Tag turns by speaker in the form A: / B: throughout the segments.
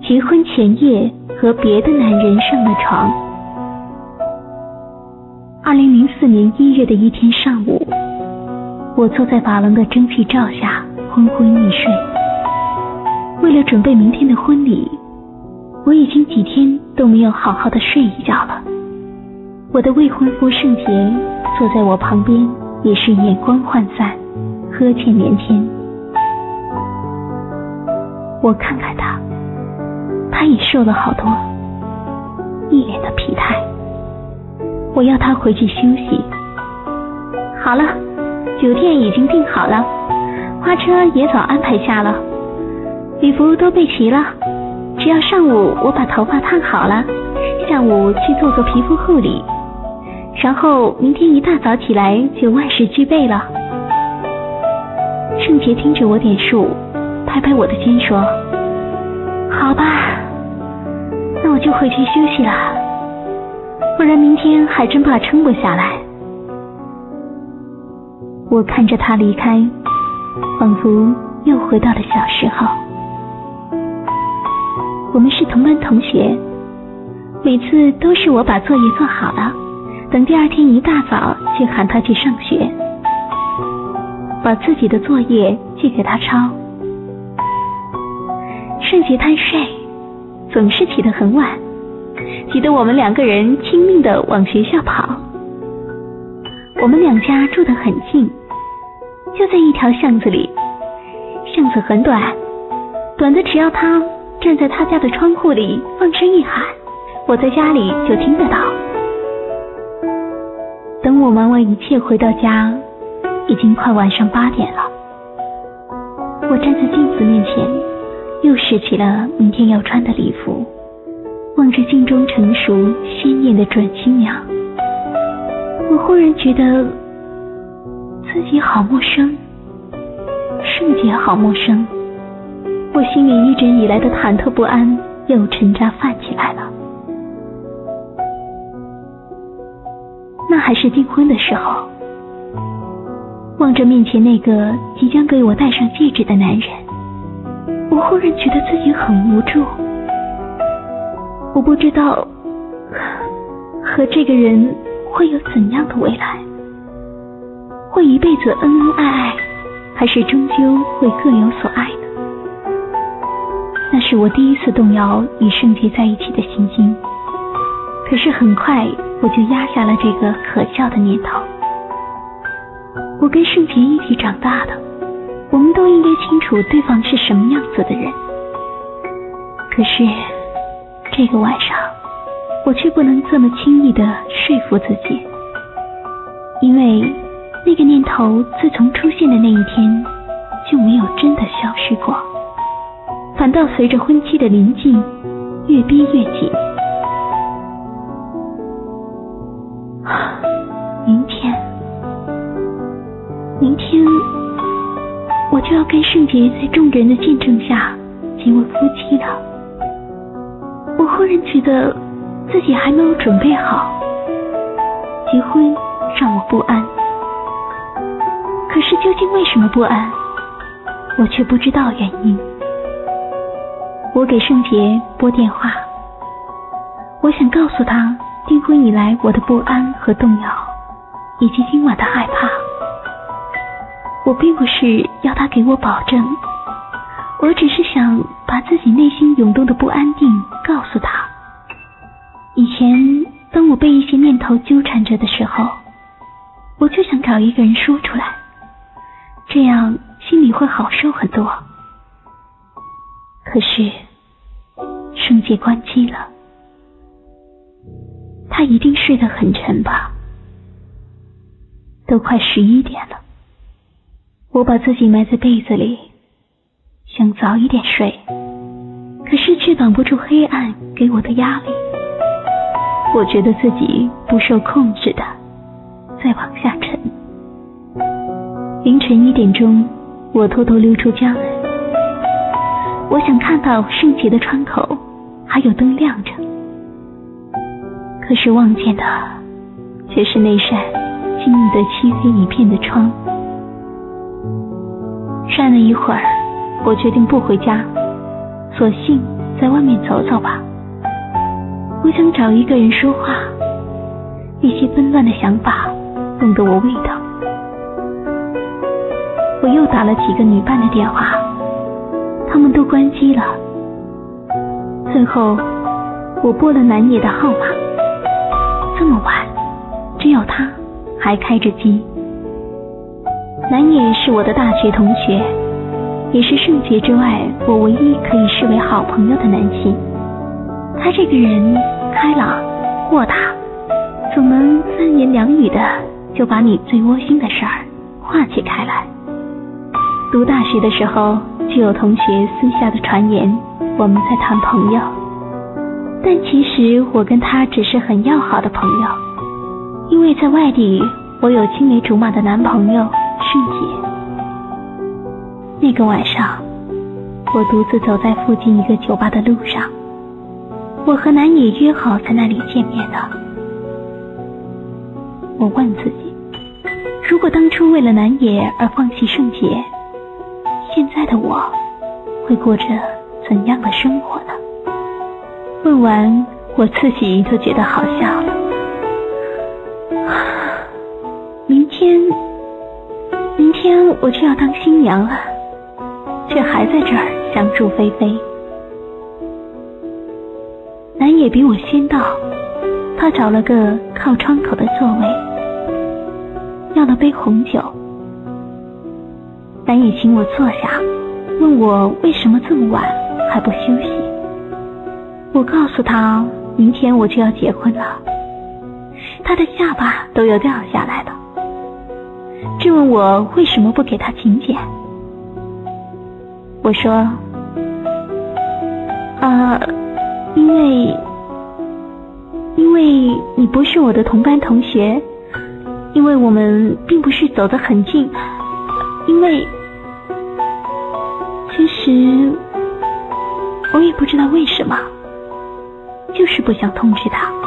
A: 结婚前夜和别的男人上了床。2004年1月的一天上午，我坐在瓦楞的蒸汽罩下昏昏欲睡。为了准备明天的婚礼，我已经几天都没有好好的睡一觉了。我的未婚夫圣杰坐在我旁边，也是眼光涣散，呵欠连天。我看看他，他也瘦了好多，一脸的疲态。我要他回去休息。好了，酒店已经订好了，花车也早安排下了，礼服都备齐了，只要上午我把头发烫好了，下午去做皮肤护理，然后明天一大早起来就万事俱备了。圣杰听着我点数，拍拍我的肩说：好吧，那我就回去休息了，不然明天还真怕撑不下来。我看着他离开，仿佛又回到了小时候。我们是同班同学，每次都是我把作业做好了，等第二天一大早就喊他去上学，把自己的作业寄给他抄。圣杰贪睡，总是起得很晚，急得我们两个人拼命地往学校跑。我们两家住得很近，就在一条巷子里，巷子很短，短的只要他站在他家的窗户里放声一喊，我在家里就听得到。等我忙完一切回到家，已经快晚上8点了。我站在镜子面前，又拾起了明天要穿的礼服，望着镜中成熟鲜艳的准新娘，我忽然觉得自己好陌生，圣杰好陌生，我心里一直以来的忐忑不安又沉渣泛起来了。那还是订婚的时候，望着面前那个即将给我戴上戒指的男人，我忽然觉得自己很无助。我不知道和这个人会有怎样的未来，会一辈子恩恩爱爱，还是终究会各有所爱呢？那是我第一次动摇与圣杰在一起的心境，可是很快我就压下了这个可笑的念头。我跟圣杰一起长大的，我们都应该清楚对方是什么样子的人。可是这个晚上，我却不能这么轻易地说服自己，因为那个念头自从出现的那一天就没有真的消失过，反倒随着婚期的临近越逼越紧。明天我就要跟圣杰在众人的见证下结为夫妻了。我忽然觉得自己还没有准备好，结婚让我不安。可是究竟为什么不安，我却不知道原因。我给圣杰拨电话，我想告诉他订婚以来我的不安和动摇，以及今晚的害怕。我并不是要他给我保证，我只是想把自己内心涌动的不安定告诉他。以前当我被一些念头纠缠着的时候，我就想找一个人说出来，这样心里会好受很多。可是圣杰关机了，他一定睡得很沉吧，都快11点了。我把自己埋在被子里，想早一点睡，可是却挡不住黑暗给我的压力。我觉得自己不受控制的在往下沉。凌晨1点钟，我偷偷溜出家门，我想看到圣杰的窗口还有灯亮着，可是望见的却是那扇静得漆黑一片的窗。站了一会儿，我决定不回家，索性在外面走走吧，我想找一个人说话，一些纷乱的想法弄得我胃疼。我又打了几个女伴的电话，他们都关机了。最后我拨了南野的号码，这么晚只有他还开着机。南野是我的大学同学，也是圣洁之外我唯一可以视为好朋友的男性。他这个人开朗豁达，总能三言两语的就把你最窝心的事儿化解开来。读大学的时候就有同学私下的传言我们在谈朋友，但其实我跟他只是很要好的朋友，因为在外地我有青梅竹马的男朋友圣杰。那个晚上我独自走在附近一个酒吧的路上，我和南野约好在那里见面的。我问自己，如果当初为了南野而放弃圣洁，现在的我会过着怎样的生活呢？问完我自己都觉得好笑了。明天我就要当新娘了，却还在这儿相祝霏霏。南野比我先到，他找了个靠窗口的座位，要了杯红酒。南野请我坐下，问我为什么这么晚还不休息。我告诉他明天我就要结婚了，他的下巴都要掉下来了，质问我为什么不给他请柬。我说因为你不是我的同班同学，因为我们并不是走得很近，因为其实我也不知道为什么，就是不想通知他，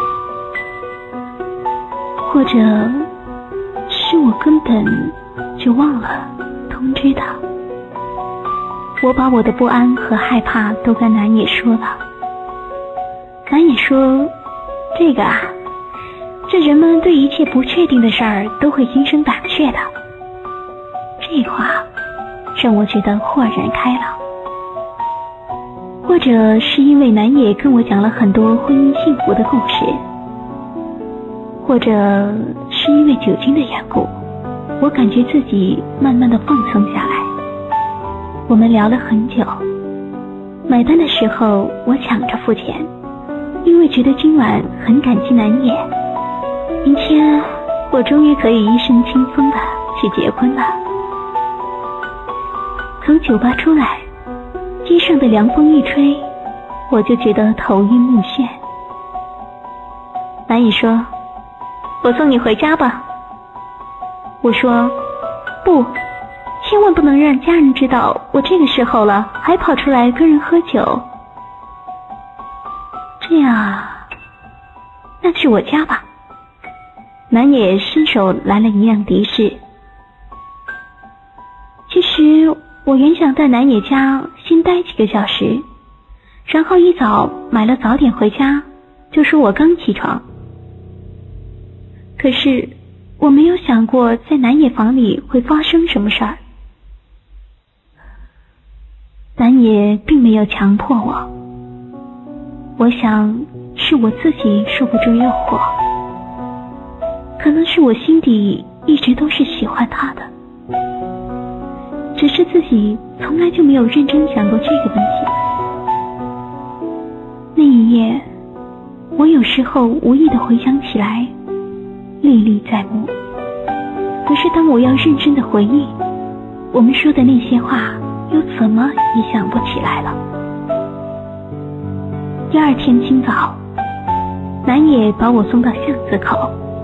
A: 或者是我根本就忘了通知他。我把我的不安和害怕都跟南野说了。南野说，这个这人们对一切不确定的事儿都会心生胆怯的。这话让我觉得豁然开朗。或者是因为南野跟我讲了很多婚姻幸福的故事，或者是因为酒精的缘故，我感觉自己慢慢的放松下来。我们聊了很久，买单的时候我抢着付钱，因为觉得今晚很感激南野，明天我终于可以一身轻松的去结婚了。从酒吧出来，街上的凉风一吹，我就觉得头晕目眩。南野说，我送你回家吧。我说，不，千万不能让家人知道我这个时候了还跑出来跟人喝酒，这样那去我家吧。南野伸手拦了一辆的士。其实我原想在南野家先待几个小时，然后一早买了早点回家，就说我刚起床。可是我没有想过在南野房里会发生什么事儿。南野并没有强迫我，我想是我自己受不住诱惑，可能是我心底一直都是喜欢他的，只是自己从来就没有认真想过这个问题。那一夜，我有时候无意地回想起来，历历在目。可是当我要认真地回忆我们说的那些话，又怎么也想不起来了。第二天清早，南野把我送到巷子口，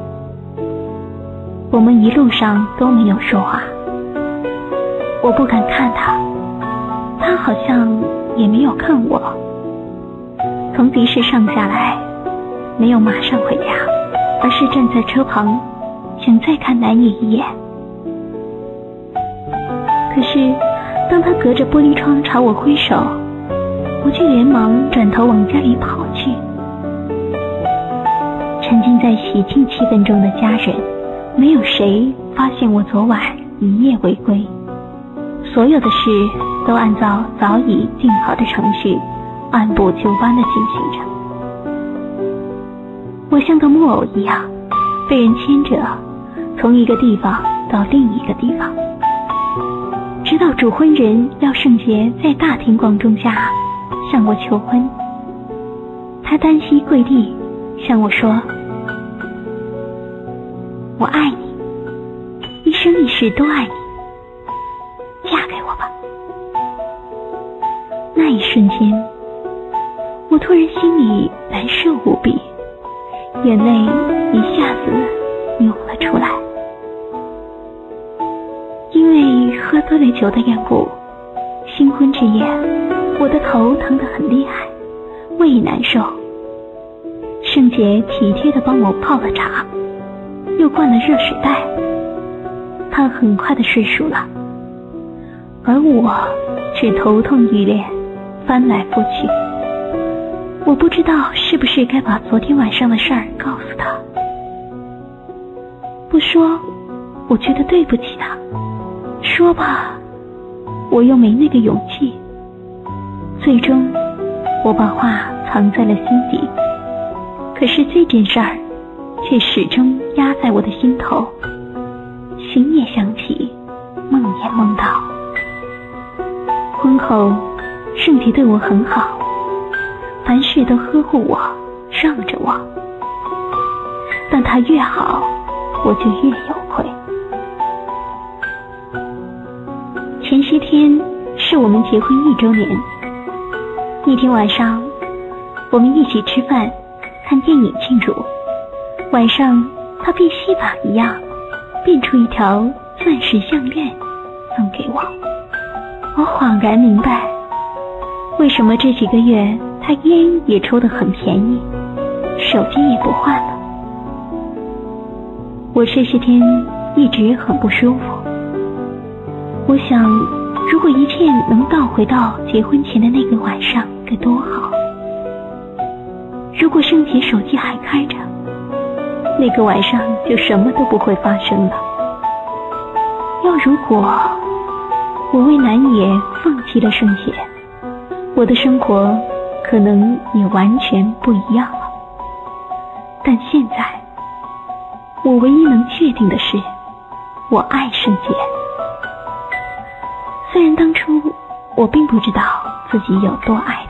A: 我们一路上都没有说话。我不敢看他，他好像也没有看我。从的士上下来，没有马上回家，而是站在车旁，想再看南野一眼。可是当他隔着玻璃窗朝我挥手， 我却连忙转头往家里跑去。沉浸在喜庆气氛中的家人，没有谁发现我昨晚一夜未归，所有的事都按照早已定好的程序，按部就班地进行着。我像个木偶一样，被人牵着，从一个地方到另一个地方，直到主婚人廖圣杰在大庭广众下向我求婚。他单膝跪地向我说：“我爱你，一生一世都爱你，嫁给我吧。”那一瞬间，我突然心里难受无比，眼泪一下子涌了出来。因为喝多了酒的缘故，新婚之夜我的头疼得很厉害，胃难受。圣杰体贴地帮我泡了茶，又灌了热水袋，他很快地睡熟了，而我却头痛欲裂，翻来覆去。我不知道是不是该把昨天晚上的事儿告诉他，不说我觉得对不起他，说吧我又没那个勇气。最终我把话藏在了心底，可是这件事儿却始终压在我的心头，醒也想起，梦也梦到。婚后圣杰对我很好，凡事都呵护我，让着我，但他越好，我就越有愧。前些天是我们结婚1周年，那天晚上我们一起吃饭看电影庆祝，晚上他变戏法一样变出一条钻石项链送给我。我恍然明白，为什么这几个月他烟也抽得很便宜，手机也不换了。我这些天一直很不舒服，我想如果一切能倒回到结婚前的那个晚上该多好。如果圣杰手机还开着，那个晚上就什么都不会发生了。如果我为南野放弃了圣洁，我的生活可能也完全不一样了。但现在我唯一能确定的是，我爱圣洁。虽然当初我并不知道自己有多爱